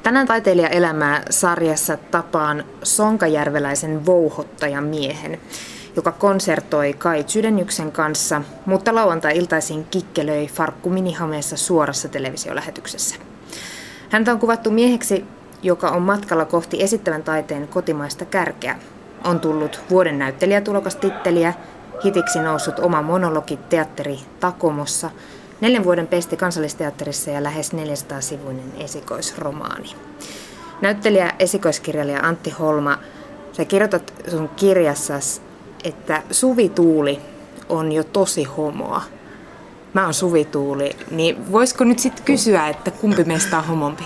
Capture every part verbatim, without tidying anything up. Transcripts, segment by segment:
Tänään taiteilijaelämää sarjassa tapaan sonkajärveläisen vouhottajan miehen, joka konsertoi Kai Zydenjüksen kanssa, mutta lauantai-iltaisin kikkelöi Farkku Minihameessa suorassa televisiolähetyksessä. Häntä on kuvattu mieheksi, joka on matkalla kohti esittävän taiteen kotimaista kärkeä. On tullut vuoden näyttelijätulokastitteliä, hitiksi noussut oma monologi teatteri Takomossa, neljän vuoden pesti Kansallisteatterissa ja lähes neljäsataa-sivuinen esikoisromaani. Näyttelijä esikoiskirjailija Antti Holma, sä kirjoitat sun kirjassasi, että Suvi Tuuli on jo tosi homoa. Mä oon Suvi Tuuli, niin voisiko nyt sitten kysyä, että kumpi meistä on homompi?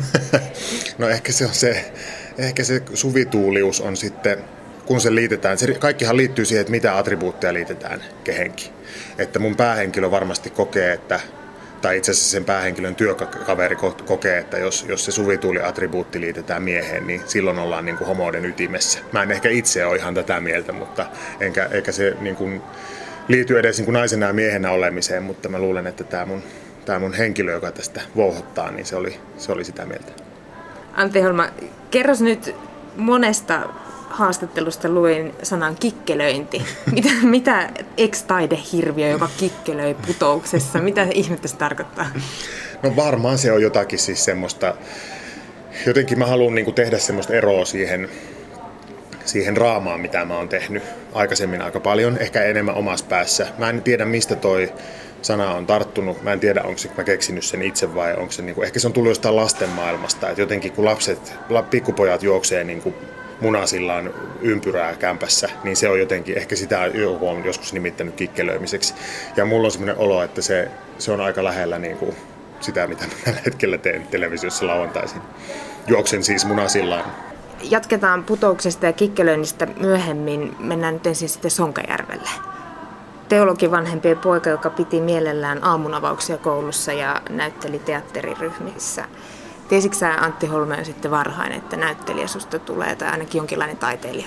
No ehkä se on se, ehkä se suvituulius on sitten, kun se liitetään, se kaikkihan liittyy siihen, että mitä attribuutteja liitetään kehenkin. Että mun päähenkilö varmasti kokee, että, tai itse asiassa sen päähenkilön työkaveri kokee, että jos, jos se suvituuli-attribuutti liitetään mieheen, niin silloin ollaan niin kuin homouden ytimessä. Mä en ehkä itse ole ihan tätä mieltä, mutta enkä, eikä se niin kuin liity edes niin kuin naisena ja miehenä olemiseen, mutta mä luulen, että tämä mun, tämä mun henkilö, joka tästä vouhottaa, niin se oli, se oli sitä mieltä. Antti Holma, kerros nyt monesta haastattelusta luin sanan kikkelöinti. Mitä, mitä ex-taidehirviö, joka kikkelöi putouksessa, mitä ihmettä se tarkoittaa? No varmaan se on jotakin siis semmoista, jotenkin mä haluan niin kuin tehdä semmoista eroa siihen, siihen raamaan, mitä mä oon tehnyt aikaisemmin aika paljon, ehkä enemmän omassa päässä. Mä en tiedä, mistä toi sana on tarttunut. Mä en tiedä, onko mä keksinyt sen itse vai onko se, niin kuin, ehkä se on tullut jostain lasten maailmasta. Että jotenkin kun lapset, pikkupojat juoksee niin kuin munasillaan ympyrää kämpässä, niin se on jotenkin, ehkä sitä joku on joskus nimittänyt kikkelöimiseksi. Ja mulla on semmoinen olo, että se, se on aika lähellä niin kuin sitä, mitä mä tällä hetkellä teen televisiossa lauantaisin. Juoksen siis munasillaan. Jatketaan putouksesta ja kikkelöinnistä myöhemmin. Mennään nyt ensin sitten Sonkajärvelle. Teologin vanhempien poika, joka piti mielellään aamunavauksia koulussa ja näytteli teatteriryhmissä. Tiesitkö sä, Antti Holma, jo sitten varhain, että näyttelijä susta tulee tai ainakin jonkinlainen taiteilija?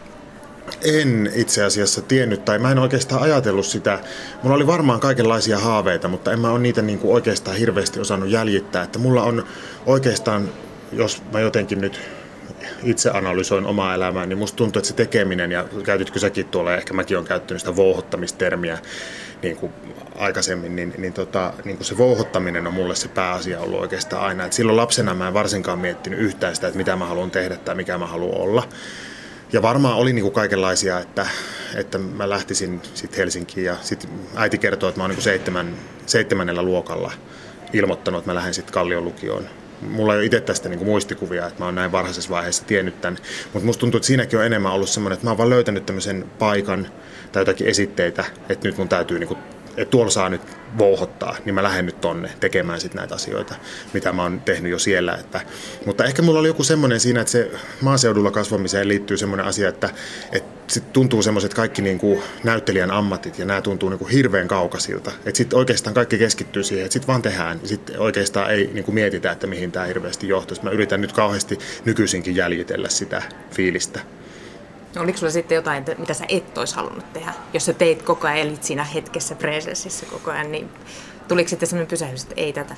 En itse asiassa tiennyt tai mä en oikeastaan ajatellut sitä. Mulla oli varmaan kaikenlaisia haaveita, mutta en mä ole niitä niin kuin oikeastaan hirveästi osannut jäljittää. Että mulla on oikeastaan, jos mä jotenkin nyt itse analysoin omaa elämää, niin musta tuntuu, että se tekeminen, ja käytitkö säkin tuolla, ja ehkä mäkin olen käyttänyt sitä vouhottamistermiä niin kuin aikaisemmin, niin, niin, tota, niin kuin se vouhottaminen on mulle se pääasia ollut oikeastaan aina. Et silloin lapsena mä en varsinkaan miettinyt yhtään sitä, että mitä mä haluan tehdä tai mikä mä haluan olla. Ja varmaan oli niin kuin kaikenlaisia, että, että mä lähtisin sitten Helsinkiin, ja sitten äiti kertoi, että mä oon niin kuin seitsemän, seitsemännellä luokalla ilmoittanut, että mä lähden sitten Kallion lukioon. Mulla ei ole itse tästä niin kuin muistikuvia, että mä oon näin varhaisessa vaiheessa tiennyt tämän, mutta musta tuntuu, että siinäkin on enemmän ollut semmoinen, että mä oon vaan löytänyt tämmöisen paikan tai jotakin esitteitä, että nyt mun täytyy, niin kuin, että tuolla saa nyt vouhottaa, niin mä lähden nyt tonne tekemään sit näitä asioita, mitä mä oon tehnyt jo siellä. Että, mutta ehkä mulla oli joku semmoinen siinä, että se maaseudulla kasvamiseen liittyy semmoinen asia, että, että sit tuntuu semmoiset kaikki niin kuin näyttelijän ammatit ja nämä tuntuu niin kuin hirveän kaukaisilta. Että sitten oikeastaan kaikki keskittyy siihen, että sitten vaan tehdään. Sitten oikeastaan ei niin kuin mietitä, että mihin tämä hirveästi johtaisi. Mä yritän nyt kauheasti nykyisinkin jäljitellä sitä fiilistä. No, oliko sulla sitten jotain, mitä sä et olisi halunnut tehdä? Jos sä teit koko ajan, elit siinä hetkessä, presenssissä koko ajan, niin tuliko sitten sellainen pysähdys, että ei tätä?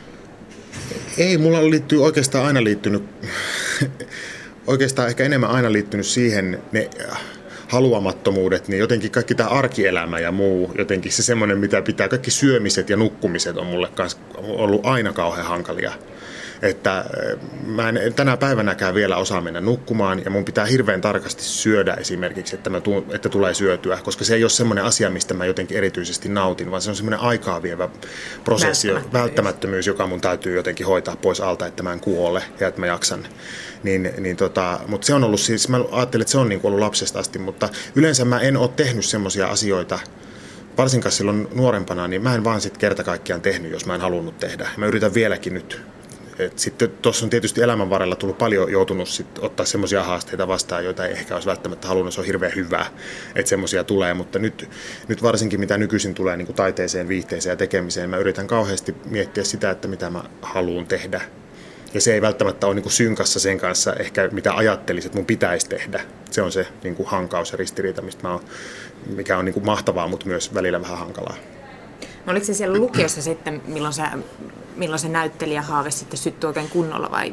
Ei, mulla liittyy oikeastaan aina liittynyt, oikeastaan ehkä enemmän aina liittynyt siihen ne haluamattomuudet, niin jotenkin kaikki tämä arkielämä ja muu, jotenkin se semmoinen, mitä pitää, kaikki syömiset ja nukkumiset on mulle kanssa ollut aina kauhean hankalia. Että mä en tänä päivänäkään vielä osaa mennä nukkumaan ja mun pitää hirveän tarkasti syödä esimerkiksi, että, mä tuun, että tulee syötyä, koska se ei ole semmoinen asia, mistä mä jotenkin erityisesti nautin, vaan se on semmoinen aikaa vievä prosessi, välttämättömyys. välttämättömyys, joka mun täytyy jotenkin hoitaa pois alta, että mä en kuole ja että mä jaksan. Niin, niin tota, mutta se on ollut siis, mä ajattelin, että se on niin kuin ollut lapsesta asti, mutta yleensä mä en ole tehnyt semmoisia asioita, varsinkaan silloin nuorempana, niin mä en vaan sit kerta kaikkiaan tehnyt, jos mä en halunnut tehdä. Mä yritän vieläkin nyt. Et sitten tuossa on tietysti elämän varrella tullut paljon joutunut sit ottaa semmoisia haasteita vastaan, joita ei ehkä olisi välttämättä halunnut. Se on hirveän hyvä, että semmoisia tulee, mutta nyt, nyt varsinkin mitä nykyisin tulee niin kuin taiteeseen, viihteeseen ja tekemiseen, mä yritän kauheasti miettiä sitä, että mitä mä haluan tehdä. Ja se ei välttämättä ole niin kuin synkassa sen kanssa ehkä mitä ajattelisin, että mun pitäisi tehdä. Se on se niin kuin hankaus ja ristiriita, mistä mä oon, mikä on niin kuin mahtavaa, mutta myös välillä vähän hankalaa. Oliko se siellä lukiossa sitten, milloin se, milloin se näyttelijähaave sitten syttyi oikein kunnolla vai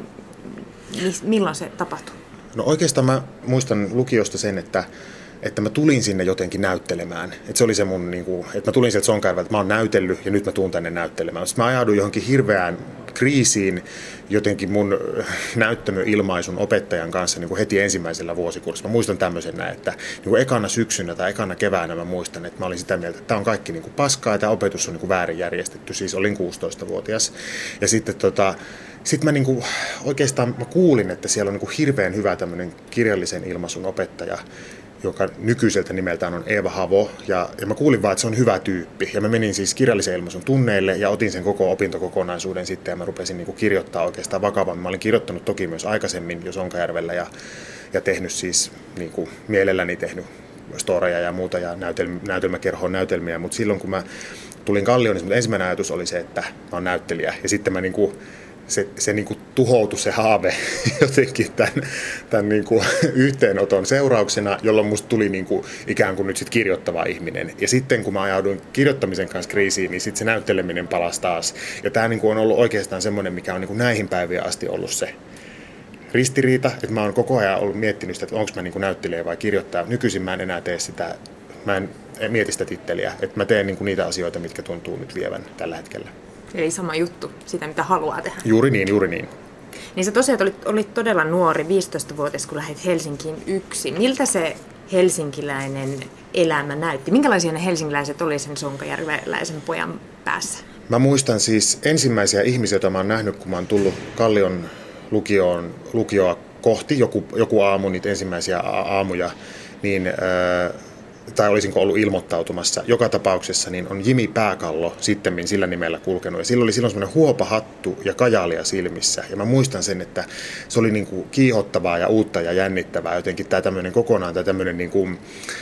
milloin se tapahtui? No oikeastaan mä muistan lukiosta sen, että että mä tulin sinne jotenkin näyttelemään. Että se oli se mun, niin kuin, että mä tulin sieltä Sonkajärveltä, että mä oon näytellyt ja nyt mä tuun tänne näyttelemään. Sitten mä ajauduin johonkin hirveään kriisiin jotenkin mun näyttämöilmaisun opettajan kanssa niin kuin heti ensimmäisellä vuosikurssilla. Mä muistan tämmöisen näin, että niin kuin ekana syksynä tai ekana keväänä mä muistan, että mä olin sitä mieltä, että tämä on kaikki niin kuin paskaa ja tämä opetus on niin kuin väärin järjestetty. Siis olin kuusitoistavuotias. Ja sitten tota, Sitten mä niinku, oikeastaan mä kuulin, että siellä on niinku hirveän hyvä tämmöinen kirjallisen ilmaisun opettaja, joka nykyiseltä nimeltään on Eeva Havo, ja, ja mä kuulin vaan, että se on hyvä tyyppi. Ja mä menin siis kirjallisen ilmaisun tunneille ja otin sen koko opintokokonaisuuden sitten, ja mä rupesin niinku kirjoittaa oikeastaan vakavammin. Mä olin kirjoittanut toki myös aikaisemmin jo Sonkajärvellä, ja, ja tehnyt siis niinku, mielelläni tehnyt storeja ja muuta, ja näytelmä, näytelmäkerhoon näytelmiä, mutta silloin kun mä tulin Kallioon, niin ensimmäinen ajatus oli se, että mä oon näyttelijä, ja sitten mä niinku se, se niin kuin tuhoutui se haave jotenkin tämän, tämän niin kuin yhteenoton seurauksena, jolloin musta tuli niin kuin ikään kuin nyt sit kirjoittava ihminen. Ja sitten kun mä ajauduin kirjoittamisen kanssa kriisiin, niin sitten se näytteleminen palasi taas. Ja tämä niin kuin on ollut oikeastaan semmoinen, mikä on niin kuin näihin päiviin asti ollut se ristiriita, että mä oon koko ajan ollut miettinyt sitä, että onko mä niin kuin näyttelijä vai kirjoittaja. Nykyisin mä en enää tee sitä, mä en mieti sitä titteliä, että mä teen niin kuin niitä asioita, mitkä tuntuu nyt vievän tällä hetkellä. Eli sama juttu, sitä mitä haluaa tehdä. Juuri niin, juuri niin. Niin sä tosiaan olit, olit todella nuori, viisitoistavuotias, kun lähdit Helsinkiin yksin. Miltä se helsinkiläinen elämä näytti? Minkälaisia ne helsinkiläiset oli sen sonkajärveläisen pojan päässä? Mä muistan siis ensimmäisiä ihmisiä, joita mä oon nähnyt, kun mä oon tullut Kallion lukioon, lukioa kohti, joku, joku aamu, niitä ensimmäisiä aamuja, niin... Äh, tai olisinko ollut ilmoittautumassa. Joka tapauksessa niin on Jimi Pääkallo sittemmin sillä nimellä kulkenut. Ja sillä oli silloin semmoinen huopahattu ja kajaalia silmissä. Ja mä muistan sen, että se oli niin kuin kiihottavaa ja uutta ja jännittävää. Jotenkin tämä tämmöinen kokonaan, tämä tämmöinen niin kuin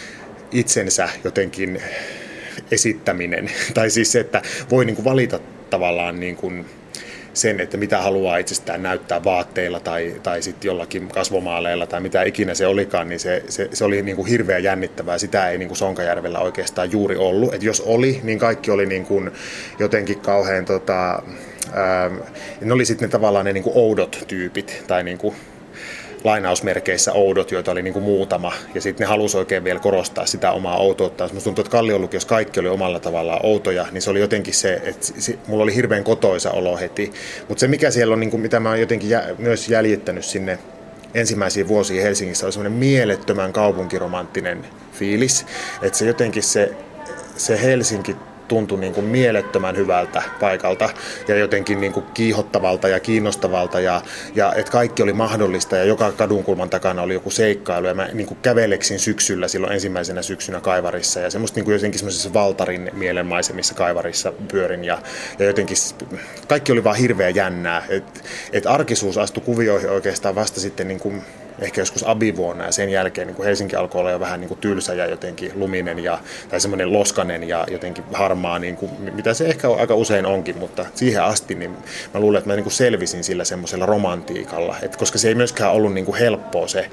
itsensä jotenkin esittäminen. Tai siis se, että voi niin kuin valita tavallaan niin kuin sen, että mitä haluaa itsestään näyttää vaatteilla tai, tai sitten jollakin kasvomaaleilla tai mitä ikinä se olikaan, niin se, se, se oli niin kuin hirveän jännittävää. Sitä ei niin kuin Sonkajärvellä oikeastaan juuri ollut. Et jos oli, niin kaikki oli niin kuin jotenkin kauhean, tota, ää, ne oli sitten tavallaan ne niin kuin oudot tyypit tai niin kuin lainausmerkeissä oudot, joita oli niin kuin muutama, ja sitten ne halusi oikein vielä korostaa sitä omaa outouttaan. Musta tuntuu, että Kallion lukiossa kaikki oli omalla tavallaan outoja, niin se oli jotenkin se, että se, mulla oli hirveän kotoisa olo heti. Mutta se mikä siellä on, niin kuin, mitä mä oon jotenkin jä, myös jäljittänyt sinne ensimmäisiin vuosiin Helsingissä, oli semmoinen mielettömän kaupunkiromanttinen fiilis, että se jotenkin se, se Helsinki tuntui niin kuin mielettömän hyvältä paikalta ja jotenkin niin kuin kiihottavalta ja kiinnostavalta ja, ja että kaikki oli mahdollista ja joka kadunkulman takana oli joku seikkailu ja mä niin kuin käveleksin syksyllä silloin ensimmäisenä syksynä Kaivarissa ja semmoista niin kuin jotenkin semmoisessa valtarin mielenmaisemissa Kaivarissa pyörin ja, ja jotenkin kaikki oli vaan hirveän jännää, että et arkisuus astui kuvioihin oikeastaan vasta sitten niin kuin ehkä joskus abivuonna ja sen jälkeen niin kuin Helsinki alkoi olla jo vähän niin kuin tylsä ja jotenkin luminen ja, tai semmoinen loskanen ja jotenkin harmaa, niin kuin, mitä se ehkä aika usein onkin, mutta siihen asti niin mä luulen, että mä niin kuin selvisin sillä semmoisella romantiikalla, et koska se ei myöskään ollut niin kuin helppoa se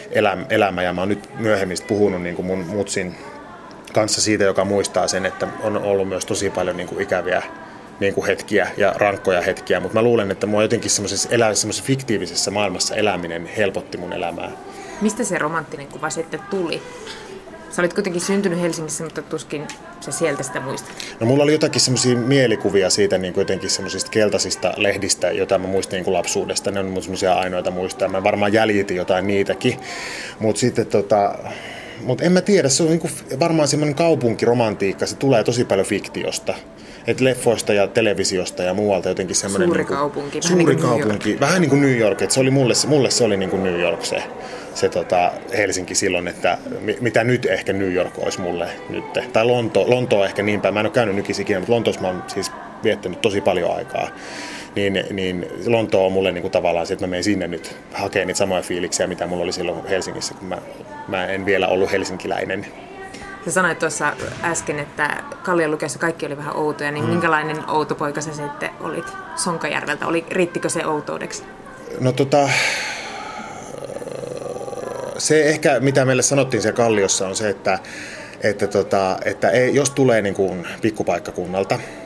elämä ja mä oon nyt myöhemmin puhunut niin kuin mun mutsin kanssa siitä, joka muistaa sen, että on ollut myös tosi paljon niin kuin ikäviä niin kuin hetkiä ja rankkoja hetkiä, mutta mä luulen, että mua jotenkin semmoisessa, elä, semmoisessa fiktiivisessä maailmassa eläminen helpotti mun elämää. Mistä se romanttinen kuva sitten tuli? Sä olit kuitenkin syntynyt Helsingissä, mutta tuskin sä sieltä sitä muistat. No mulla oli jotakin semmoisia mielikuvia siitä niin kuin jotenkin semmoisista keltaisista lehdistä, joita mä muistin niin kuin lapsuudesta. Ne on mun semmoisia ainoita muistaa. Mä varmaan jäljitin jotain niitäkin, mutta sitten tota... Mutta en mä tiedä, se on niin kuin varmaan semmoinen kaupunkiromantiikka, se tulee tosi paljon fiktiosta. Et leffoista ja televisiosta ja muualta jotenkin semmoinen... Suuri niin kaupunki, suuri vähän niin kuin kaupunki, New York. Vähän niin kuin New York. Et se oli mulle, mulle se oli niin kuin New York se, se tota Helsinki silloin, että mitä nyt ehkä New York olisi mulle nyt. Tai Lonto, Lontoa ehkä niin päin. Mä en ole käynyt nykyisin ikinä, mutta Lontoossa mä oon siis viettänyt tosi paljon aikaa. Niin, niin Lontoa on mulle niin kuin tavallaan se, että mä menen sinne nyt hakemaan niitä samoja fiiliksiä, mitä mulla oli silloin Helsingissä, kun mä, mä en vielä ollut helsinkiläinen. Sä sanoit tuossa äsken, että Kallion lukiossa kaikki oli vähän outoja, niin mm. minkälainen outo poika sä sitten olit Sonkajärveltä? Oli, riittikö se outoudeksi? No tota, se ehkä mitä meille sanottiin siellä Kalliossa on se, että, että, tota, että ei, jos tulee niin kuin pikkupaikkakunnalta,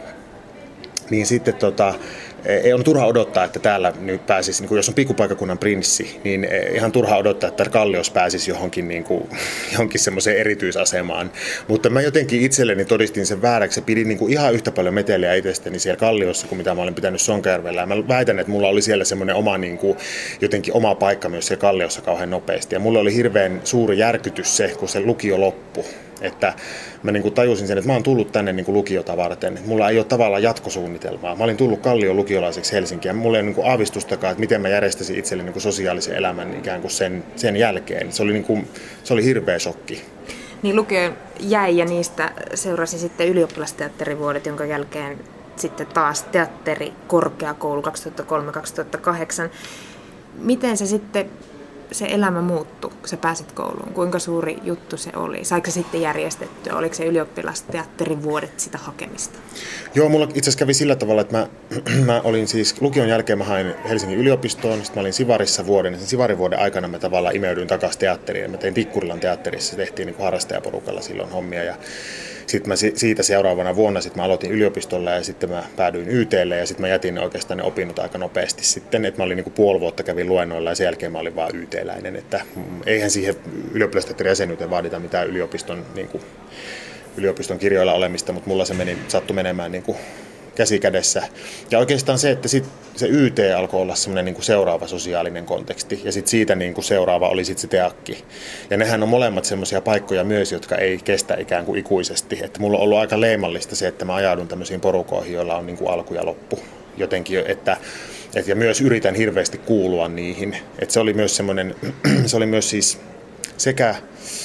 niin sitten tota, ei on turha odottaa, että täällä nyt pääsisi, niin kuin jos on pikkupaikkakunnan prinssi, niin ihan turha odottaa, että Kalliossa pääsisi johonkin, niin kuin, johonkin semmoiseen erityisasemaan. Mutta mä jotenkin itselleni todistin sen vääräksi ja pidin niin kuin ihan yhtä paljon meteliä itsestäni siellä Kalliossa kuin mitä mä olin pitänyt Sonkajärvellä. Ja mä väitän, että mulla oli siellä semmoinen oma, niin kuin, jotenkin oma paikka myös siellä Kalliossa kauhean nopeasti. Ja mulla oli hirveän suuri järkytys se, kun se lukio loppui. Että mä niin kuin tajusin sen, että mä oon tullut tänne niin kuin lukiota varten. Mulla ei ole tavallaan jatkosuunnitelmaa. Mä olin tullut Kallion lukiolaiseksi Helsinkiin ja mulla ei ole niin kuin aavistustakaan, että miten mä järjestäisin itselleni niin kuin sosiaalisen elämän ikään kuin sen, sen jälkeen. Se oli, niin kuin, se oli hirveä shokki. Niin lukio jäi ja niistä seurasi sitten ylioppilasteatterivuodet, jonka jälkeen sitten taas teatterikorkeakoulu kaksituhattakolme kaksituhattakahdeksan. Miten se sitten se elämä muuttui, kun sä pääsit kouluun? Kuinka suuri juttu se oli? Saiko se sitten järjestettyä? Oliko se ylioppilasteatterivuodet sitä hakemista? Joo, mulla itse asiassa kävi sillä tavalla, että mä, mä olin siis lukion jälkeen mä hain Helsingin yliopistoon, sitten mä olin Sivarissa vuoden, ja sen Sivarin vuoden aikana mä tavallaan imeydyin takaisin teatteriin. Mä tein Tikkurilan teatterissa, se tehtiin niin kuin harrastajaporukalla silloin hommia, ja sitten mä siitä seuraavana vuonna sit mä aloitin yliopistolla ja sitten mä päädyin Y T:lle ja sitten mä jätin oikeastaan ne opinnot aika nopeasti sitten, että mä olin niin kuin puoli vuotta kävin luennoilla ja sen jälkeen mä olin vaan Y T-läinen, että eihän siihen ylioppilasteatterin jäsenyyteen vaadita mitään yliopiston, niin kuin, yliopiston kirjoilla olemista, mutta mulla se meni, sattui menemään niin kuin käsi kädessä. Ja oikeastaan se, että sit se Y T alkoi olla semmoinen niin kuin seuraava sosiaalinen konteksti ja sitten siitä niin kuin seuraava oli sitten se teakki. Ja nehän on molemmat semmoisia paikkoja myös, jotka ei kestä ikään kuin ikuisesti. Että mulla on ollut aika leimallista se, että mä ajaudun tämmöisiin porukoihin, joilla on niin kuin alku ja loppu. Jotenkin, että, et, ja myös yritän hirveästi kuulua niihin. Että se oli myös semmoinen, se oli myös siis sekä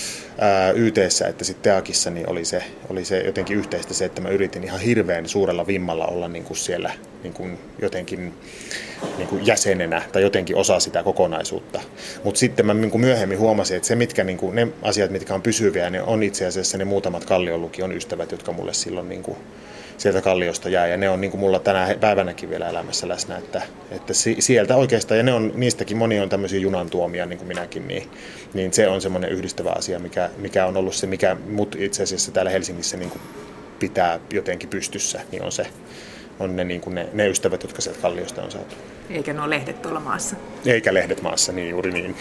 Y T:ssä että sitten teakissa niin oli se, oli se jotenkin yhteistä se, että mä yritin ihan hirveän suurella vimmalla olla niin kuin siellä niin kuin jotenkin niin kuin jäsenenä tai jotenkin osa sitä kokonaisuutta. Mutta sitten mä niin kuin myöhemmin huomasin, että se, mitkä, niin kuin, ne asiat, mitkä on pysyviä, ne on itse asiassa ne muutamat Kallion lukion ystävät, jotka mulle silloin niin kuin sieltä Kalliosta jää, ja ne on niin kuin mulla tänä päivänäkin vielä elämässä läsnä, että, että sieltä oikeastaan, ja ne on, niistäkin moni on tämmöisiä junan tuomia, niin kuin minäkin, niin, niin se on semmoinen yhdistävä asia, mikä, mikä on ollut se, mikä mut itse asiassa täällä Helsingissä niin kuin pitää jotenkin pystyssä, niin on se, on ne, niin kuin ne, ne ystävät, jotka sieltä Kalliosta on saatu. Eikä nuo lehdet tuolla maassa. Eikä lehdet maassa, niin juuri niin.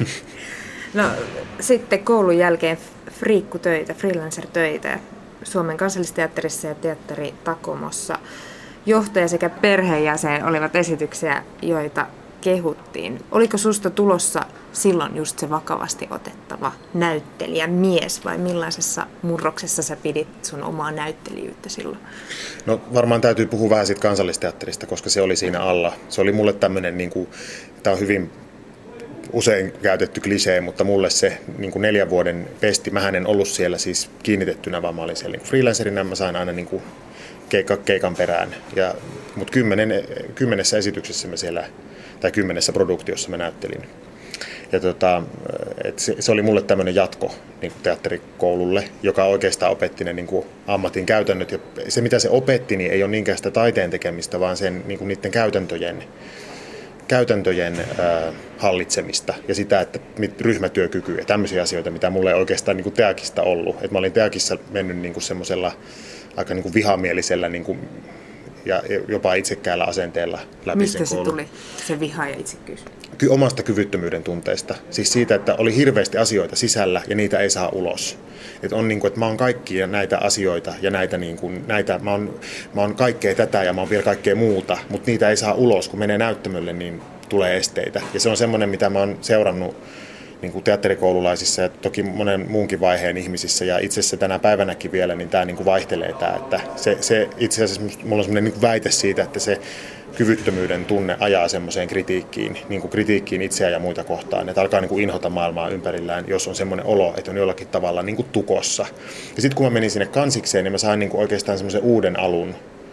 No sitten koulun jälkeen friikkutöitä, freelancer-töitä. Suomen Kansallisteatterissa ja Teatteri Takomossa johtaja sekä perheenjäsen olivat esityksiä, joita kehuttiin. Oliko susta tulossa silloin just se vakavasti otettava näyttelijä mies vai millaisessa murroksessa sä pidit sun omaa näyttelijyyttä silloin? No varmaan täytyy puhua vähän siitä Kansallisteatterista, koska se oli siinä alla. Se oli mulle tämmöinen, niin kuin, tämä on hyvin usein käytetty klisee, mutta mulle se niin kuin neljän vuoden pesti, mähän en ollut siellä siis kiinnitettynä, vaan mä olin siellä niin freelancerina, mä sain aina niin kuin keika, keikan perään. Ja, mutta kymmenen, kymmenessä esityksessä mä siellä, tai kymmenessä produktiossa mä näyttelin. Ja tota, et se, se oli mulle tämmöinen jatko niin kuin teatterikoululle, joka oikeastaan opetti ne niin kuin ammatin käytännöt. Ja se mitä se opetti, niin ei ole niinkään sitä taiteen tekemistä, vaan sen, niin kuin niiden käytäntöjen käytäntöjen äh, hallitsemista ja sitä, että ryhmätyökykyä ja tämmöisiä asioita, mitä mulla ei oikeastaan niin kuin teakista ollut. Et mä olin teakissa mennyt niin kuin semmoisella aika niin kuin vihamielisellä niin kuin, ja jopa itsekkäällä asenteella läpi Mistä sen se koulun. tuli, se viha ja itsekkyys? Ky- omasta kyvyttömyyden tunteesta. Siis siitä, että oli hirveästi asioita sisällä ja niitä ei saa ulos. Et on niin kuin, että mä oon kaikkia näitä asioita ja näitä, niin kuin, näitä mä, oon, mä oon kaikkea tätä ja mä oon vielä kaikkea muuta, mutta niitä ei saa ulos. Kun menee näyttämölle, niin tulee esteitä. Ja se on semmoinen, mitä mä oon seurannut niin kuin teatterikoululaisissa ja toki monen muunkin vaiheen ihmisissä. Ja itse asiassa tänä päivänäkin vielä, niin tämä niin kuin vaihtelee tämä. Että se, se, itse asiassa mulla on semmoinen niin kuin väite siitä, että se kyvyttömyyden tunne ajaa semmoiseen kritiikkiin, niin kuin kritiikkiin itseään ja muita kohtaan. Että alkaa niin kuin inhota maailmaa ympärillään, jos on semmoinen olo, että on jollakin tavalla niin kuin tukossa. Ja sitten kun mä menin sinne kansikseen, niin mä sain niin kuin oikeastaan semmoisen uuden alun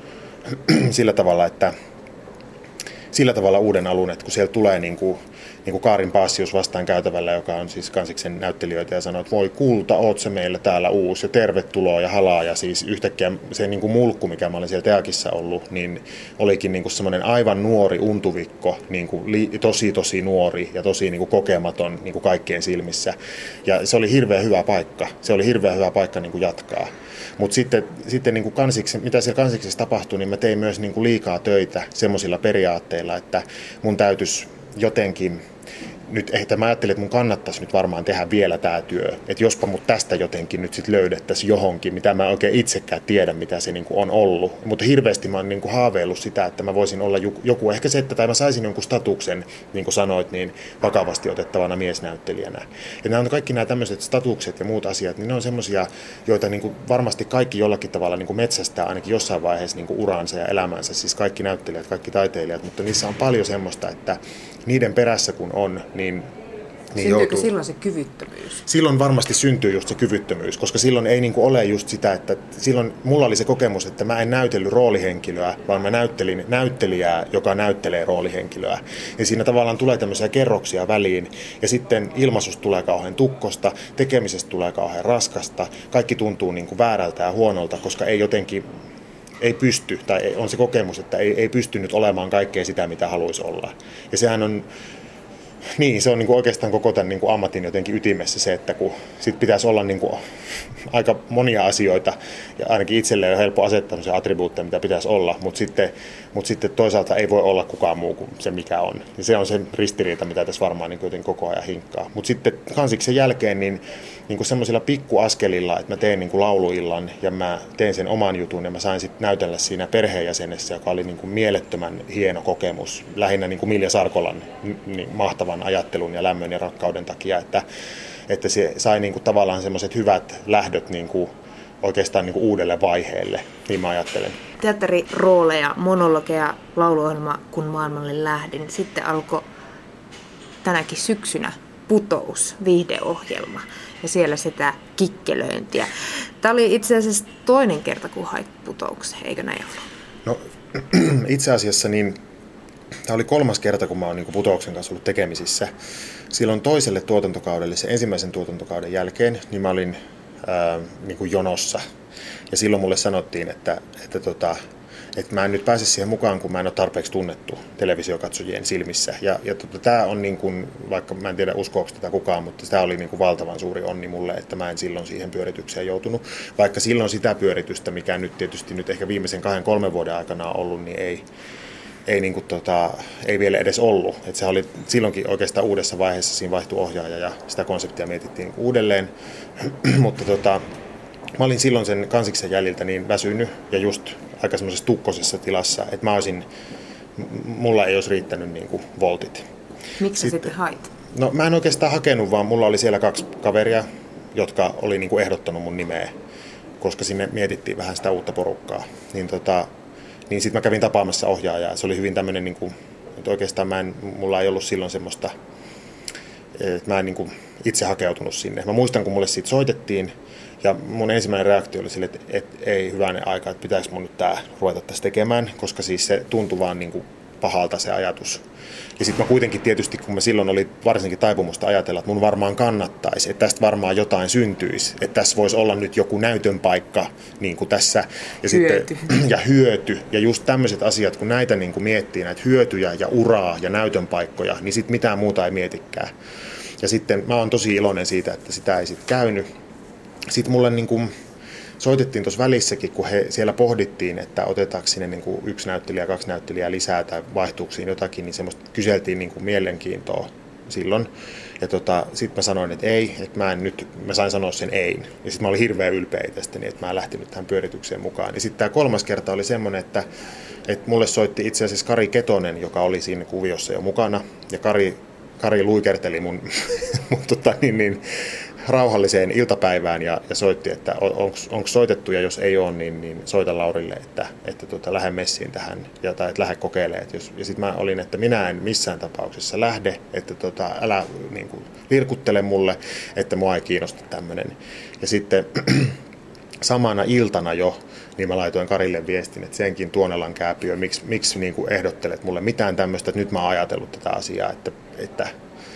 sillä tavalla, että sillä tavalla uuden alun, että kun siellä tulee niin kuin, niin kuin Kaarin Passius vastaan käytävällä, joka on siis kansiksen näyttelijöitä ja sanoo, että voi kulta, oot se meillä täällä uusi ja tervetuloa ja halaa. Ja siis yhtäkkiä se niin kuin mulkku, mikä mä olin siellä teakissa ollut, niin olikin niin kuin semmoinen aivan nuori untuvikko, niin kuin li, tosi tosi nuori ja tosi niin kuin kokematon niin kuin kaikkien silmissä. Ja se oli hirveän hyvä paikka. Se oli hirveän hyvä paikka niin kuin jatkaa. Mutta sitten, sitten niin kuin kansiksi, mitä siellä kansiksessa tapahtui, niin mä tein myös niin kuin liikaa töitä semmoisilla periaatteilla, että mun täytyisi jotenkin, nyt ehkä mä ajattelin, että mun kannattaisi nyt varmaan tehdä vielä tämä työ, että jospa mut tästä jotenkin nyt sitten löydettäisiin johonkin, mitä mä oikein itsekään tiedä, mitä se niin kuin on ollut. Mutta hirveästi mä oon niin kuin haaveillut sitä, että mä voisin olla joku, ehkä se, että tai mä saisin jonkun statuksen, niin kuin sanoit, niin vakavasti otettavana miesnäyttelijänä. Ja nämä on kaikki nämä tämmöiset statukset ja muut asiat, niin ne on semmoisia, joita niin kuin varmasti kaikki jollakin tavalla niin kuin metsästää ainakin jossain vaiheessa niin kuin uraansa ja elämänsä, siis kaikki näyttelijät, kaikki taiteilijat, mutta niissä on paljon semmoista, että niiden perässä kun on, niin, niin syntyykö joutuu... silloin se kyvyttömyys? Silloin varmasti syntyy just se kyvyttömyys, koska silloin ei niin kuin ole just sitä, että silloin mulla oli se kokemus, että mä en näytellyt roolihenkilöä, vaan mä näyttelin näyttelijää, joka näyttelee roolihenkilöä. Ja siinä tavallaan tulee tämmöisiä kerroksia väliin, ja sitten ilmaisusta tulee kauhean tukkosta, tekemisestä tulee kauhean raskasta, kaikki tuntuu niin kuin väärältä ja huonolta, koska ei jotenkin... ei pysty, tai on se kokemus, että ei, ei pysty nyt olemaan kaikkea sitä, mitä haluaisi olla. Ja sehän on, niin, se on niin kuin oikeastaan koko tämän niin kuin ammatin jotenkin ytimessä se, että kun sit pitäisi olla niin kuin aika monia asioita, ja ainakin itselleen on helppo asettaa se attribuutteja, mitä pitäisi olla, mutta sitten, mutta sitten toisaalta ei voi olla kukaan muu kuin se, mikä on. Ja se on se ristiriita, mitä tässä varmaan niin kuin koko ajan hinkkaa. Mutta sitten kansiksen jälkeen, niin niin kuin semmoisilla pikkuaskelilla, että mä teen niin kuin lauluillan ja mä teen sen oman jutun ja mä sain sitten näytellä siinä perheenjäsenessä, joka oli niin kuin mielettömän hieno kokemus, lähinnä niin kuin Milja Sarkolan niin mahtavan ajattelun ja lämmön ja rakkauden takia, että, että se sai niin kuin tavallaan semmoiset hyvät lähdöt niin kuin oikeastaan niin kuin uudelle vaiheelle, niin mä ajattelen. Teatterirooleja, monologeja, lauluohjelma, kun maailmalle lähdin. Sitten alkoi tänäkin syksynä Putous, viihdeohjelma, ja siellä sitä kikkelöintiä. Tämä oli itse asiassa toinen kerta, kun hait Putoukseen, eikö näin ollut? No itse asiassa niin, tämä oli kolmas kerta, kun mä oon niin kuin Putouksen kanssa ollut tekemisissä. Silloin toiselle tuotantokaudelle, sen ensimmäisen tuotantokauden jälkeen, niin mä olin ää, niin kuin jonossa. Ja silloin mulle sanottiin, että, että tota, että mä en nyt pääse siihen mukaan, kun mä en ole tarpeeksi tunnettu televisiokatsojien silmissä. Ja, ja tota, tämä on niin kuin, vaikka mä en tiedä uskoako tätä kukaan, mutta tämä oli niin kuin valtavan suuri onni mulle, että mä en silloin siihen pyöritykseen joutunut. Vaikka silloin sitä pyöritystä, mikä nyt tietysti nyt ehkä viimeisen kahden, kolmen vuoden aikana on ollut, niin ei, ei, niin kuin tota, ei vielä edes ollut. Että se oli silloinkin oikeastaan uudessa vaiheessa, siinä vaihtui ohjaaja ja sitä konseptia mietittiin uudelleen. mutta tota, mä olin silloin sen kansiksen jäljiltä niin väsynyt ja just aika semmoisessa tukkosessa tilassa, että mä olisin, mulla ei olisi riittänyt niin kuin voltit. Miksi sitten, sitten hait? No mä en oikeastaan hakenut, vaan mulla oli siellä kaksi kaveria, jotka oli niin kuin ehdottanut mun nimeä, koska sinne mietittiin vähän sitä uutta porukkaa. Niin, tota, niin sitten mä kävin tapaamassa ohjaajaa. Se oli hyvin tämmöinen, niin kuin, että oikeastaan mä en, mulla ei ollut silloin semmoista, että mä en niin kuin itse hakeutunut sinne. Mä muistan, kun mulle siitä soitettiin, ja mun ensimmäinen reaktio oli sille, että, että ei hyvänen aika, että pitäisi mun nyt tää ruveta tässä tekemään, koska siis se tuntui vaan niin kuin pahalta se ajatus. Ja sitten mä kuitenkin tietysti, kun mä silloin oli varsinkin taipumusta ajatella, että mun varmaan kannattaisi, että tästä varmaan jotain syntyisi, että tässä voisi olla nyt joku näytön paikka niin kuin tässä. Ja hyöty. Sitten, ja hyöty. Ja just tämmöiset asiat, kun näitä niin kuin miettii, näitä hyötyjä ja uraa ja näytön paikkoja, niin sitten mitään muuta ei mietikään. Ja sitten mä oon tosi iloinen siitä, että sitä ei sitten käynyt. Sitten mulle niin kuin soitettiin tuossa välissäkin, kun he siellä pohdittiin, että otetaanko sinne niin kuin yksi näyttelijä, kaksi näyttelijää lisää tai vaihtuuko siinä jotakin, niin semmoista kyseltiin niin kuin mielenkiintoa silloin. Ja tota, sitten mä sanoin, että ei, että mä en nyt, mä sain sanoa sen ei. Ja sitten mä olin hirveän ylpeä tästä, niin että mä en lähtenyt tähän pyöritykseen mukaan. Ja sitten tämä kolmas kerta oli semmoinen, että, että mulle soitti itse asiassa Kari Ketonen, joka oli siinä kuviossa jo mukana. Ja Kari, Kari luikerteli mun, mun tota, niin, niin, rauhalliseen iltapäivään ja, ja soitti, että onko soitettu ja jos ei ole, niin, niin soita Laurille, että, että tota, lähde messiin tähän ja, tai että lähde kokeilemaan. Ja sitten mä olin, että minä en missään tapauksessa lähde, että tota, älä niin kuin, virkuttele mulle, että mua ei kiinnosta tämmöinen. Ja sitten samana iltana jo, niin mä laitoin Karille viestin, että senkin Tuonelan kääpiö, miksi, miksi niin kuin ehdottelet mulle mitään tämmöistä, että nyt mä oon ajatellut tätä asiaa, että, että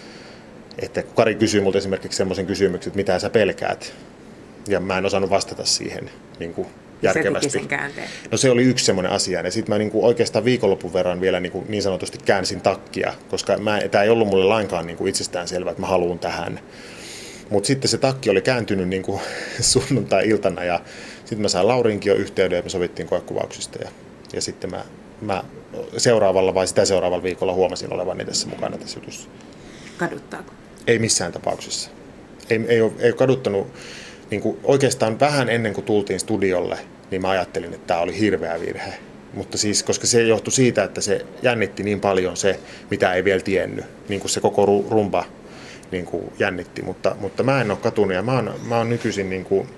Että Kari kysyi multa esimerkiksi semmoisen kysymyksen, että mitä sä pelkäät, ja mä en osannut vastata siihen niin kuin järkevästi. Se teki sen käänteen. No se oli yksi semmoinen asia, ja sitten mä niin kuin oikeastaan viikonlopun verran vielä niin, kuin niin sanotusti käänsin takkia, koska tämä ei ollut mulle lainkaan niin kuin itsestään selvää, että mä haluan tähän. Mutta sitten se takki oli kääntynyt niin kuin sunnuntai-iltana ja sitten mä sain Laurinkin jo yhteyden ja me sovittiin koekuvauksista ja, ja sitten mä, mä seuraavalla vai sitä seuraavalla viikolla huomasin olevani tässä mukana tässä jutussa. Kaduttaako? Ei missään tapauksessa. Ei, ei, ole, ei ole kaduttanut, niin kuin oikeastaan vähän ennen kuin tultiin studiolle, niin mä ajattelin, että tämä oli hirveä virhe. Mutta siis, koska se johtui siitä, että se jännitti niin paljon se, mitä ei vielä tiennyt, niin kuin se koko rumba niin kuin jännitti, mutta, mutta mä en ole katunut ja mä oon, mä oon nykyisin niin kuin,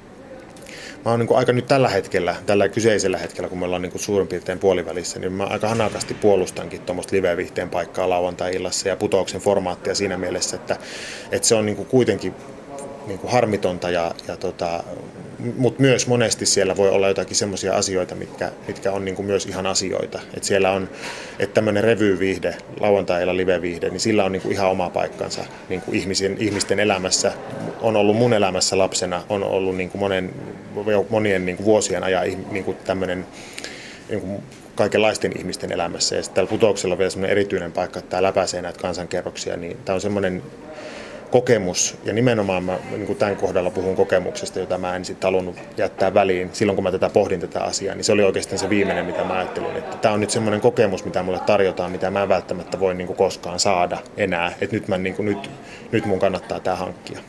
mä oon niin kuin aika nyt tällä hetkellä, tällä kyseisellä hetkellä, kun me ollaan niin kuin suurin piirtein puolivälissä, niin mä aika hanakasti puolustankin tuommoista live-viihteen paikkaa lauantai-illassa ja Putouksen formaattia siinä mielessä, että, että se on niin kuin kuitenkin niin kuin harmitonta, ja, ja tota, mutta myös monesti siellä voi olla jotakin semmoisia asioita, mitkä, mitkä on niin kuin myös ihan asioita. Että siellä on, että tämmöinen revyviihde, lauantai-illan live-viihde, niin sillä on niin kuin ihan oma paikkansa niin kuin ihmisten, ihmisten elämässä. On ollut mun elämässä lapsena, on ollut niin kuin monen, monien niin kuin vuosien ajan niin kuin tämmöinen niin kuin kaikenlaisten ihmisten elämässä. Ja sitten täällä Putouksella on vielä semmoinen erityinen paikka, että tämä läpäisee näitä kansankerroksia, niin tämä on semmoinen kokemus, ja nimenomaan mä niin kuin tämän kohdalla puhun kokemuksesta, jota mä en sitten halunnut jättää väliin silloin, kun mä tätä pohdin tätä asiaa, niin se oli oikeastaan se viimeinen, mitä mä ajattelin, että tämä on nyt semmoinen kokemus, mitä mulle tarjotaan, mitä mä en välttämättä voi niin kuin koskaan saada enää, että nyt, mä, niin kuin, nyt, nyt mun kannattaa tämä hankkia.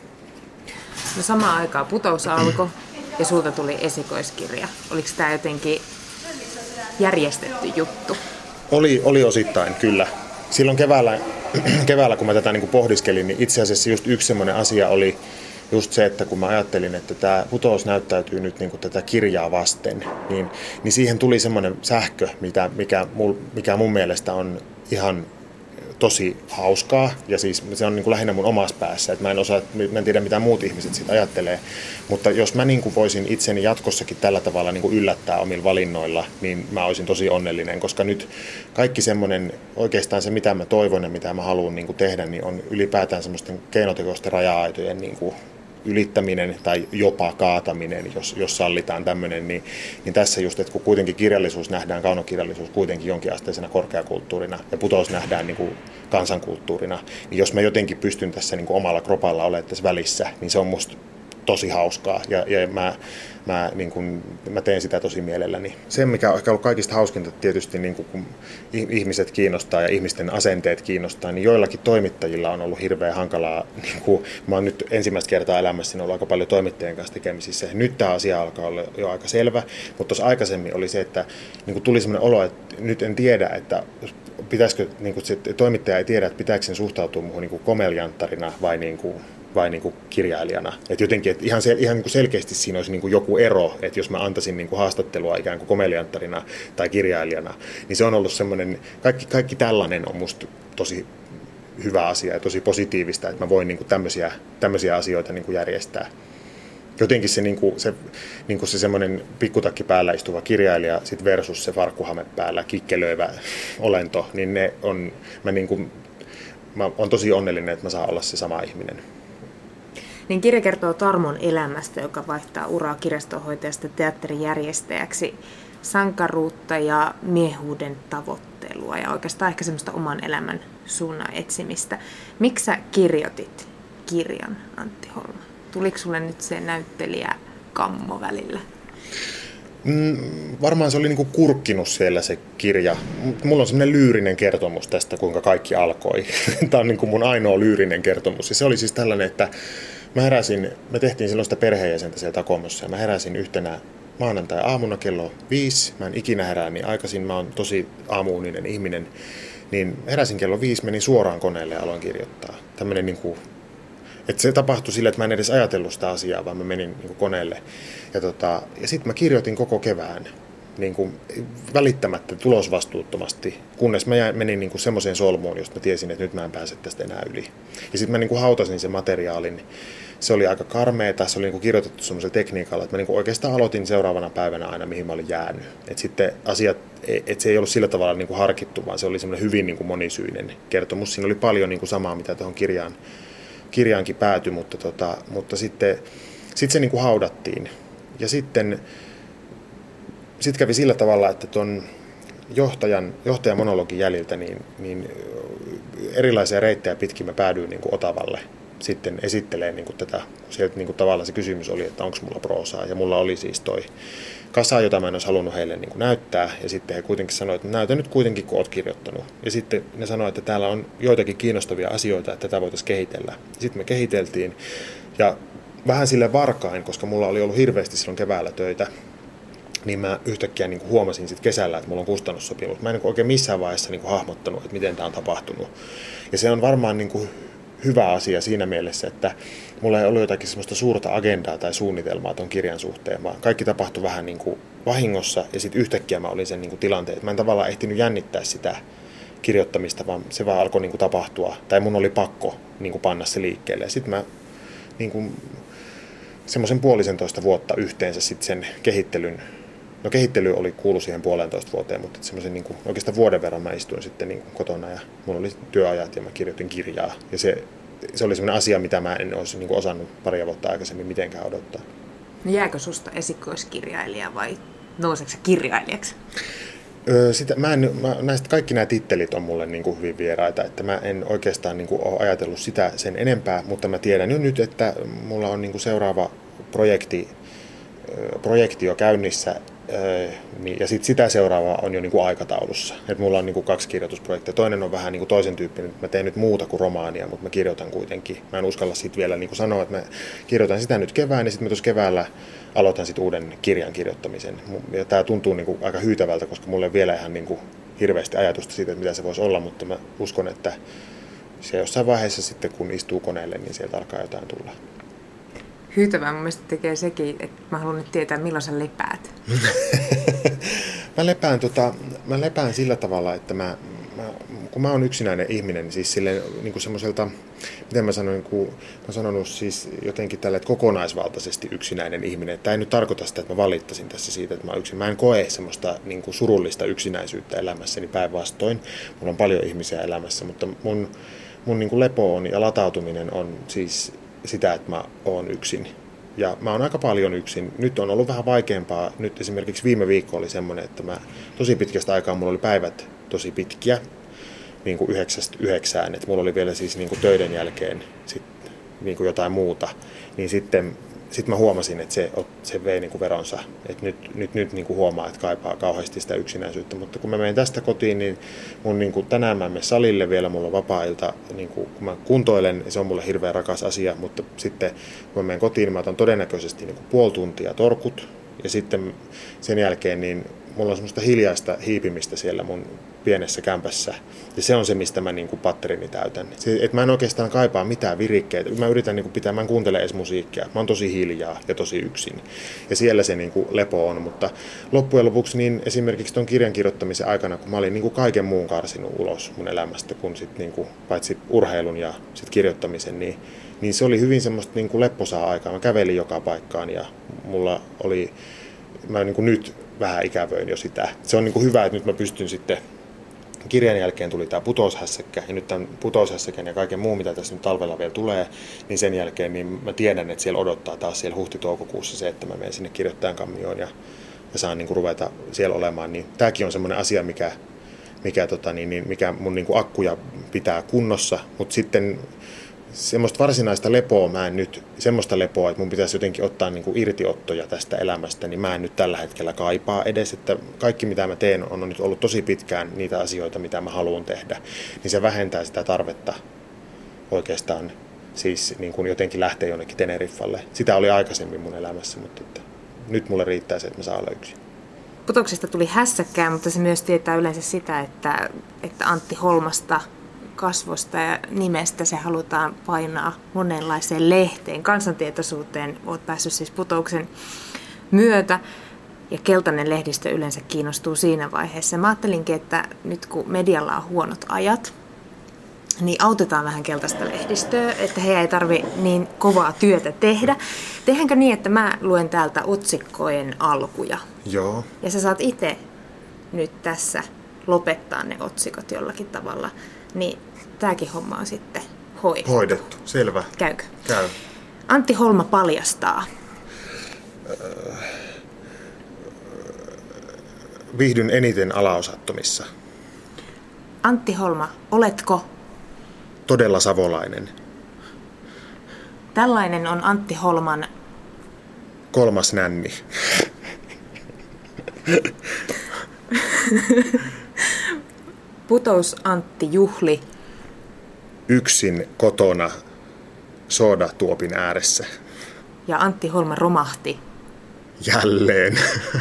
No samaan aikaan Putous alkoi ja sulta tuli esikoiskirja. Oliko tämä jotenkin järjestetty juttu? Oli, oli osittain, kyllä. Silloin keväällä, keväällä kun mä tätä niin kuin pohdiskelin, niin itse asiassa just yksi semmoinen asia oli just se, että kun mä ajattelin, että tämä Putous näyttäytyy nyt niin kuin tätä kirjaa vasten, niin, niin siihen tuli semmoinen sähkö, mitä, mikä, mikä mun mielestä on ihan tosi hauskaa, ja siis se on niin kuin lähinnä mun omassa päässä, että mä en osaa, mä en tiedä mitä muut ihmiset siitä ajattelee, mutta jos mä niin kuin voisin itseni jatkossakin tällä tavalla niin kuin yllättää omilla valinnoilla, niin mä olisin tosi onnellinen, koska nyt kaikki semmoinen, oikeastaan se mitä mä toivon ja mitä mä haluan niin kuin tehdä, niin on ylipäätään semmoisten keinotekoisten raja-aitojen niin kuin ylittäminen tai jopa kaataminen, jos, jos sallitaan tämmöinen, niin, niin tässä just, että kun kuitenkin kirjallisuus nähdään, kaunokirjallisuus kuitenkin jonkinasteisena korkeakulttuurina ja Putous nähdään niin kuin kansankulttuurina, niin jos mä jotenkin pystyn tässä niin kuin omalla kropalla olemaan tässä välissä, niin se on musta tosi hauskaa, ja, ja mä, mä, niin kun, mä teen sitä tosi mielelläni. Se, mikä on ehkä ollut kaikista hauskinta tietysti, niin kun, kun ihmiset kiinnostaa ja ihmisten asenteet kiinnostaa, niin joillakin toimittajilla on ollut hirveän hankalaa. Niin kun, mä oon nyt ensimmäistä kertaa elämässäni ollut aika paljon toimittajien kanssa tekemisissä. Nyt tämä asia alkaa olla jo aika selvä, mutta tuossa aikaisemmin oli se, että niin kun tuli sellainen olo, että nyt en tiedä, että pitäisikö, niin kun se toimittaja ei tiedä, että pitääkö sen suhtautua muuhun niin komelianttarina vai niin kuin vai niin kuin kirjailijana. Et jotenkin, että ihan, sel, ihan niin kuin selkeästi siinä olisi niin kuin joku ero, että jos mä antaisin niin kuin haastattelua ikään kuin komelianttarina tai kirjailijana, niin se on ollut semmoinen, kaikki, kaikki tällainen on musta tosi hyvä asia ja tosi positiivista, että mä voin niin kuin tämmöisiä, tämmöisiä asioita niin kuin järjestää. Jotenkin se, niin kuin, se, niin kuin se semmoinen pikkutakki päällä istuva kirjailija sit versus se farkkuhame päällä kikkelöivä olento, niin ne on, mä niin kuin, mä oon tosi onnellinen, että mä saan olla se sama ihminen. Niin kirja kertoo Tarmon elämästä, joka vaihtaa uraa kirjastonhoitajasta teatterijärjestäjäksi, sankaruutta ja miehuuden tavoittelua ja oikeastaan ehkä semmoista oman elämän suunnan etsimistä. Miksi sä kirjoitit kirjan, Antti Holma? Tuliko sulle nyt se näyttelijä kammo välillä? Mm, varmaan se oli niinku kurkkinut siellä se kirja. Mulla on semmoinen lyyrinen kertomus tästä, kuinka kaikki alkoi. Tämä on niinku mun ainoa lyyrinen kertomus. Ja se oli siis tällainen, että mä heräsin, me tehtiin silloin sitä perheenjäsentä siellä Takomossa, ja mä heräsin yhtenä maanantai-aamuna kello viisi. Mä en ikinä herää niin aikaisin, mä oon tosi aamuuninen ihminen. Niin heräsin kello viisi, menin suoraan koneelle ja aloin kirjoittaa. Tämmöinen niinku, että se tapahtui sillä, että mä en edes ajatellut sitä asiaa, vaan mä menin niinku koneelle. Ja, tota, ja sitten mä kirjoitin koko kevään niin kuin välittämättä tulosvastuuttomasti, kunnes mä menin niin kuin semmoiseen solmuun, josta mä tiesin, että nyt mä en pääse tästä enää yli. Ja sitten mä niin kuin hautasin sen materiaalin. Se oli aika karmeeta, se oli niin kuin kirjoitettu semmoisella tekniikalla, että mä niin kuin oikeastaan aloitin seuraavana päivänä aina, mihin mä olin jäänyt. Et sitten asiat, et se ei ollut sillä tavalla niin kuin harkittu, vaan se oli semmoinen hyvin niin kuin monisyinen kertomus. Siinä oli paljon niin kuin samaa, mitä tuohon kirjaan, kirjaankin päätyi, mutta, tota, mutta sitten sit se niin kuin haudattiin. Ja sitten Sitten kävi sillä tavalla, että tuon johtajan, johtajan monologin jäljiltä niin, niin erilaisia reittejä pitkin mä päädyin niin kuin Otavalle. sitten esittelee niin kuin tätä, sieltä niin kuin tavallaan se kysymys oli, että onko mulla proosaa, ja mulla oli siis toi kasa, jota mä en olisi halunnut heille niin kuin näyttää, ja sitten he kuitenkin sanoivat, että näytä nyt kuitenkin, kun oot kirjoittanut. Ja sitten ne sanoivat, että täällä on joitakin kiinnostavia asioita, että tätä voitaisiin kehitellä. Sitten me kehiteltiin, ja vähän sille varkain, koska mulla oli ollut hirveästi silloin keväällä töitä, niin mä yhtäkkiä niin kuin huomasin sit kesällä, että mulla on kustannussopimus. Mä en niin kuin oikein missään vaiheessa niin kuin hahmottanut, että miten tämä on tapahtunut. Ja se on varmaan niin kuin hyvä asia siinä mielessä, että mulla ei ollut jotakin semmoista suurta agendaa tai suunnitelmaa ton kirjan suhteen, vaan kaikki tapahtui vähän niin kuin vahingossa, ja sitten yhtäkkiä mä olin sen niin kuin tilanteen, että mä en tavallaan ehtinyt jännittää sitä kirjoittamista, vaan se vaan alkoi niin kuin tapahtua, tai mun oli pakko niin kuin panna se liikkeelle. Ja sitten mä niin kuin semmoisen puolisentoista vuotta yhteensä sit sen kehittelyn, no kehittely oli kuulu siihen puolentoista vuoteen, mutta semmoisen niin kuin oikeastaan vuoden verran mä istuin sitten niin kuin kotona, ja mulla oli työajat ja mä kirjoitin kirjaa, ja se, se oli semmoinen asia, mitä mä en olisi niin kuin osannut paria vuotta aikaisemmin mitenkään odottaa. No jääkö susta esikoiskirjailija vai nouseeko sä kirjailijaksi? Öö, sitä, mä en, mä, näistä kaikki nämä tittelit on mulle niin kuin hyvin vieraita, että mä en oikeastaan niin kuin ole ajatellut sitä sen enempää, mutta mä tiedän jo nyt, että mulla on niin kuin seuraava projekti, projekti jo käynnissä, ja sitten sitä seuraavaa on jo niin kuin aikataulussa. Et mulla on niin kuin kaksi kirjoitusprojektia. Toinen on vähän niin kuin toisen tyyppinen. Mä teen nyt muuta kuin romaania, mutta mä kirjoitan kuitenkin. Mä en uskalla siitä vielä niin kuin sanoa, että mä kirjoitan sitä nyt kevään, ja sitten mä tuossa keväällä aloitan sitten uuden kirjan kirjoittamisen. Ja tää tuntuu niin kuin aika hyytävältä, koska mulla ei vielä ihan niin kuin hirveästi ajatusta siitä, että mitä se voisi olla, mutta mä uskon, että se jossain vaiheessa sitten, kun istuu koneelle, niin sieltä alkaa jotain tulla. Hyytävää mun mielestä tekee sekin, että mä haluan nyt tietää, milloin sä lepäät. mä, lepään, tota, mä lepään sillä tavalla, että mä, mä, kun mä oon yksinäinen ihminen, niin siis silleen niin kuin semmoiselta, miten mä sanoin, kun mä oon sanonut siis jotenkin tällä, että kokonaisvaltaisesti yksinäinen ihminen. Tämä ei nyt tarkoita sitä, että mä valittasin tässä siitä, että mä oon yksin. Mä en koe semmoista niin kuin surullista yksinäisyyttä elämässäni, päinvastoin. Mulla on paljon ihmisiä elämässä, mutta mun, mun niin kuin lepo on ja latautuminen on siis sitä, että mä oon yksin. Ja mä oon aika paljon yksin. Nyt on ollut vähän vaikeampaa. Nyt esimerkiksi viime viikko oli semmoinen, että mä tosi pitkästä aikaa mulla oli päivät tosi pitkiä, niin kuin yhdeksästä yhdeksään, että mulla oli vielä siis niin kuin töiden jälkeen sit, niin kuin jotain muuta. Niin sitten sit mä huomasin, että se, se vei niin kuin veronsa. Että nyt, nyt, nyt niin kuin huomaa, että kaipaa kauheasti sitä yksinäisyyttä. Mutta kun mä menen tästä kotiin, niin, mun, niin kuin tänään mä menen salille vielä, mulla on vapaa-ilta, niin kuin, kun mä kuntoilen, se on mulle hirveän rakas asia. Mutta sitten kun mä menen kotiin, niin mä otan todennäköisesti niin kuin puoli tuntia torkut. Ja sitten sen jälkeen niin mulla on semmoista hiljaista hiipimistä siellä mun pienessä kämpässä. Ja se on se, mistä mä niin kuin patterini täytän. Se, et mä en oikeastaan kaipaa mitään virikkeitä. Mä yritän niin kuin pitää, mä en kuuntele edes musiikkia. Mä oon tosi hiljaa ja tosi yksin. Ja siellä se niin kuin lepo on. Mutta loppujen lopuksi niin esimerkiksi ton kirjan kirjoittamisen aikana, kun mä olin niin kuin kaiken muun karsinut ulos mun elämästä, kun sit niin kuin, paitsi urheilun ja sit kirjoittamisen, niin, niin se oli hyvin semmoista niin kuin lepposaa aikaa. Mä kävelin joka paikkaan ja mulla oli, mä niin kuin nyt vähän ikävöin jo sitä. Se on niin kuin hyvä, että nyt mä pystyn sitten, kirjan jälkeen tuli tämä putoushässäkkä, ja nyt tämän putoushässäkän ja kaiken muu, mitä tässä nyt talvella vielä tulee, niin sen jälkeen niin mä tiedän, että siellä odottaa taas siellä huhti-toukokuussa se, että mä menen sinne kirjoittajan kammioon ja, ja saan niin kuin ruveta siellä olemaan. Niin tämäkin on semmoinen asia, mikä, mikä, tota, niin, niin, mikä mun niin kuin akkuja pitää kunnossa, mutta sitten semmoista varsinaista lepoa mä en nyt, semmoista lepoa, että mun pitäisi jotenkin ottaa niin kuin irtiottoja tästä elämästä, niin mä en nyt tällä hetkellä kaipaa edes, että kaikki mitä mä teen on nyt ollut tosi pitkään niitä asioita, mitä mä haluan tehdä, niin se vähentää sitä tarvetta oikeastaan siis niin kuin jotenkin lähteä jonnekin Teneriffalle. Sitä oli aikaisemmin mun elämässä, mutta että nyt mulle riittää se, että mä saan olla yksin. Putouksesta tuli hässäkkää, mutta se myös tietää yleensä sitä, että, että Antti Holmasta kasvosta ja nimestä se halutaan painaa monenlaiseen lehteen, kansantietoisuuteen. Olet päässyt siis Putouksen myötä ja keltainen lehdistö yleensä kiinnostuu siinä vaiheessa. Mä ajattelinkin, että nyt kun medialla on huonot ajat, niin autetaan vähän keltaista lehdistöä, että he ei tarvitse niin kovaa työtä tehdä. Tehdäänkö niin, että mä luen täältä otsikkojen alkuja? Joo. Ja sä saat itse nyt tässä lopettaa ne otsikot jollakin tavalla, niin tääkin homma on sitten hoidettu. Hoidettu, selvä. Käykö? Käy. Antti Holma paljastaa. Öö, viihdyn eniten alaosattomissa. Antti Holma, oletko? Todella savolainen. Tällainen on Antti Holman kolmas nänni. Putous Antti juhli yksin kotona soodatuopin ääressä. ja Antti Holma romahti. Jälleen.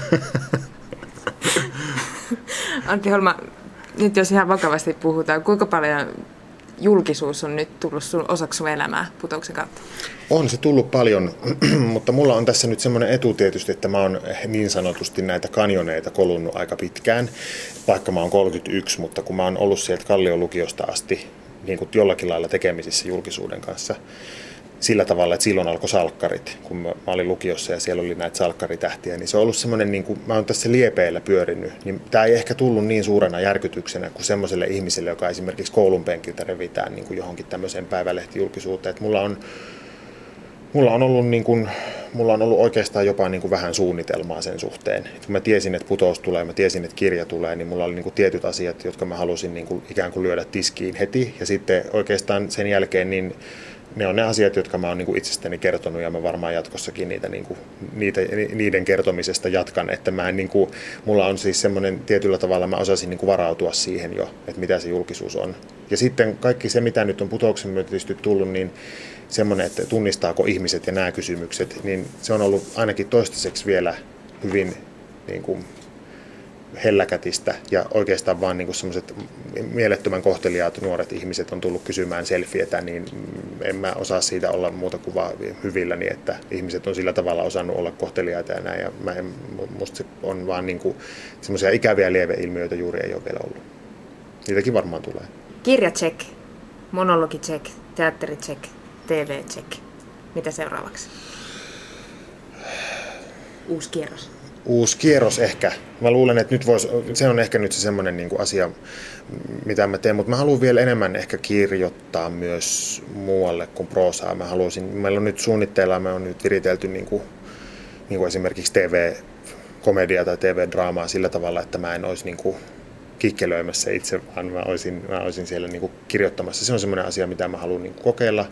Antti Holma, nyt jos ihan vakavasti puhutaan, kuinka paljon julkisuus on nyt tullut sun, osaksi sun elämää putouksen kautta? On se tullut paljon, mutta mulla on tässä nyt semmoinen etu tietysti, että mä oon niin sanotusti näitä kanjoneita kolunnut aika pitkään, vaikka mä oon kolmekymmentäyksi, mutta kun mä oon ollut sieltä Kallion lukiosta asti niin kuin jollakin lailla tekemisissä julkisuuden kanssa, sillä tavalla, että silloin alkoi salkkarit, kun mä olin lukiossa ja siellä oli näitä salkkaritähtiä, niin se on ollut semmoinen, niin kuin mä oon tässä liepeillä pyörinyt, niin tämä ei ehkä tullut niin suurena järkytyksenä kuin semmoiselle ihmiselle, joka esimerkiksi koulun penkiltä revitään niin kuin johonkin tämmöiseen päivälehtijulkisuuteen. Että mulla on, mulla on ollut niin kuin, mulla on ollut oikeastaan jopa niin kuin vähän suunnitelmaa sen suhteen. Et kun mä tiesin, että putous tulee, mä tiesin, että kirja tulee, niin mulla oli niin kuin tietyt asiat, jotka mä halusin niin kuin ikään kuin lyödä tiskiin heti, ja sitten oikeastaan sen jälkeen niin ne on ne asiat, jotka mä oon niin kuin itsestäni kertonut, ja mä varmaan jatkossakin niitä, niin kuin, niitä, niiden kertomisesta jatkan. Että mä en, niin kuin, mulla on siis semmoinen tietyllä tavalla, mä osasin niin kuin varautua siihen jo, että mitä se julkisuus on. Ja sitten kaikki se, mitä nyt on putouksen myötä tietysti tullut, niin semmoinen, että tunnistaako ihmiset ja nämä kysymykset, niin se on ollut ainakin toistaiseksi vielä hyvin niin kuin helläkätistä, ja oikeastaan vaan niin semmoiset mielettömän kohteliaat nuoret ihmiset on tullut kysymään selfietä, niin en mä osaa siitä olla muuta kuin vaan hyvilläni, että ihmiset on sillä tavalla osannut olla kohteliaita ja näin, ja mä en, musta se on vaan niin semmoisia ikäviä lieveilmiöitä juuri ei ole vielä ollut. Niitäkin varmaan tulee. Kirja check, monologi check, teatteri check, T V check. Mitä seuraavaksi? Uusi kierros. Uusi kierros ehkä. Mä luulen, että nyt vois, se on ehkä nyt se semmoinen niin kuin asia, mitä mä teen, mutta mä haluan vielä enemmän ehkä kirjoittaa myös muualle kuin proosaa. Mä haluaisin, meillä on nyt suunnitteilla, me on nyt viritelty niin kuin, niin kuin esimerkiksi T V-komedia tai T V-draamaa sillä tavalla, että mä en olisi niin kuin kikkelöimässä itse, vaan mä olisin, mä olisin siellä niin kuin kirjoittamassa. Se on semmoinen asia, mitä mä haluan niin kuin kokeilla.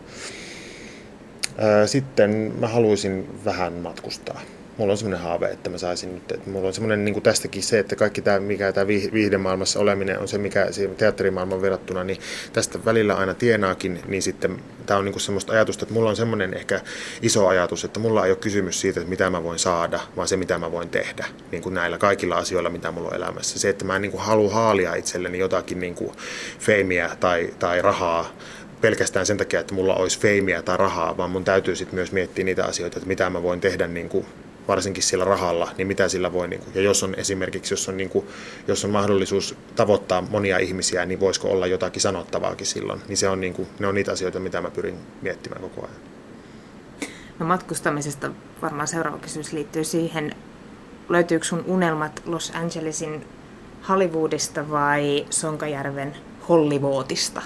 Sitten mä haluaisin vähän matkustaa. Mulla on semmoinen haave, että mä saisin nyt, että mulla on semmoinen niin kuin tästäkin se, että kaikki tämä, mikä tämä viihdemaailmassa oleminen on se, mikä teatterimaailman verrattuna, niin tästä välillä aina tienaakin, niin sitten tämä on niin kuin semmoista ajatusta, että mulla on semmoinen ehkä iso ajatus, että mulla ei ole kysymys siitä, että mitä mä voin saada, vaan se, mitä mä voin tehdä, niin kuin näillä kaikilla asioilla, mitä mulla on elämässä. Se, että mä en niin kuin halua haalia itselleni jotakin niin kuin feimiä tai, tai rahaa, pelkästään sen takia, että mulla olisi feimiä tai rahaa, vaan mun täytyy sitten myös miettiä niitä asioita, että mitä mä voin tehdä niin kuin varsinkin sillä rahalla, niin mitä sillä voi, niin kuin, ja jos on esimerkiksi, jos on, niin kuin, jos on mahdollisuus tavoittaa monia ihmisiä, niin voisiko olla jotakin sanottavaakin silloin, niin se on, niin kuin, ne on niitä asioita, mitä mä pyrin miettimään koko ajan. No matkustamisesta varmaan seuraava kysymys liittyy siihen, löytyykö sun unelmat Los Angelesin Hollywoodista vai Sonkajärven Hollywoodista?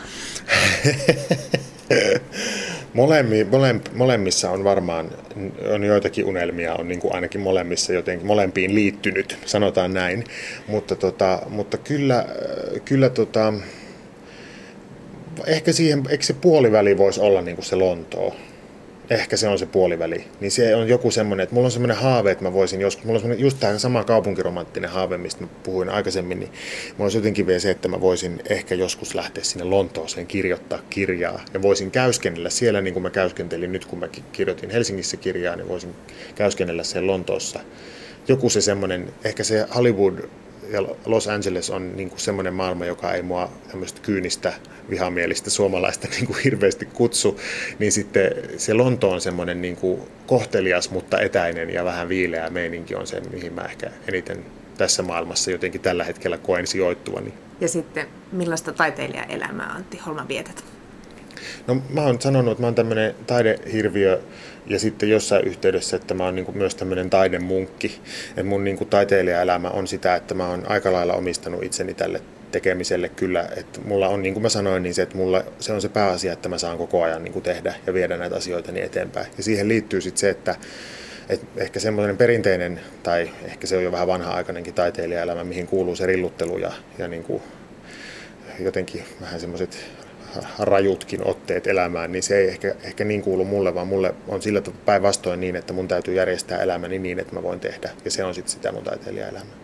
Molemmi, mole, molemmissa on varmaan, on joitakin unelmia, on niin kuin ainakin molemmissa jotenkin, molempiin liittynyt, sanotaan näin, mutta, tota, mutta kyllä, kyllä tota, ehkä siihen, eikö se puoliväli voisi olla niin kuin se Lontoo? Ehkä se on se puoliväli. Niin se on joku semmoinen, että mulla on semmoinen haave, että mä voisin joskus, mulla on semmoinen just tämä sama kaupunkiromanttinen haave, mistä mä puhuin aikaisemmin, niin mulla olisi jotenkin vielä se, että mä voisin ehkä joskus lähteä sinne Lontooseen kirjoittaa kirjaa ja voisin käyskennellä siellä niin kuin mä käyskentelin nyt, kun mä kirjoitin Helsingissä kirjaa, niin voisin käyskennellä siellä Lontoossa. Joku se semmoinen, ehkä se Hollywood ja Los Angeles on niin kuin semmoinen maailma, joka ei mua tämmöistä kyynistä, vihamielistä suomalaista niin kuin hirveästi kutsu, niin sitten se Lonto on semmoinen niin kuin kohtelias, mutta etäinen ja vähän viileä meininki on se, mihin mä ehkä eniten tässä maailmassa jotenkin tällä hetkellä koen sijoittuvani. Ja sitten millaista taiteilijaelämää Antti Holma vietät? No mä oon sanonut, että mä oon tämmöinen taidehirviö ja sitten jossain yhteydessä, että mä oon niin kuin myös tämmöinen taidemunkki. Että mun niin kuin taiteilijaelämä on sitä, että mä oon aika lailla omistanut itseni tälle tekemiselle kyllä. Että mulla on, niin kuin mä sanoin, niin se, että mulla, se on se pääasia, että mä saan koko ajan niin kuin tehdä ja viedä näitä asioita niin eteenpäin. Ja siihen liittyy sitten se, että että ehkä semmoinen perinteinen, tai ehkä se on jo vähän vanha-aikainenkin taiteilijaelämä, mihin kuuluu se rilluttelu ja, ja niin kuin jotenkin vähän semmoiset rajutkin otteet elämään, niin se ei ehkä, ehkä niin kuulu mulle, vaan mulle on sillä päinvastoin niin, että mun täytyy järjestää elämäni niin, että mä voin tehdä. Ja se on sitten sitä mun taiteilijaelämää.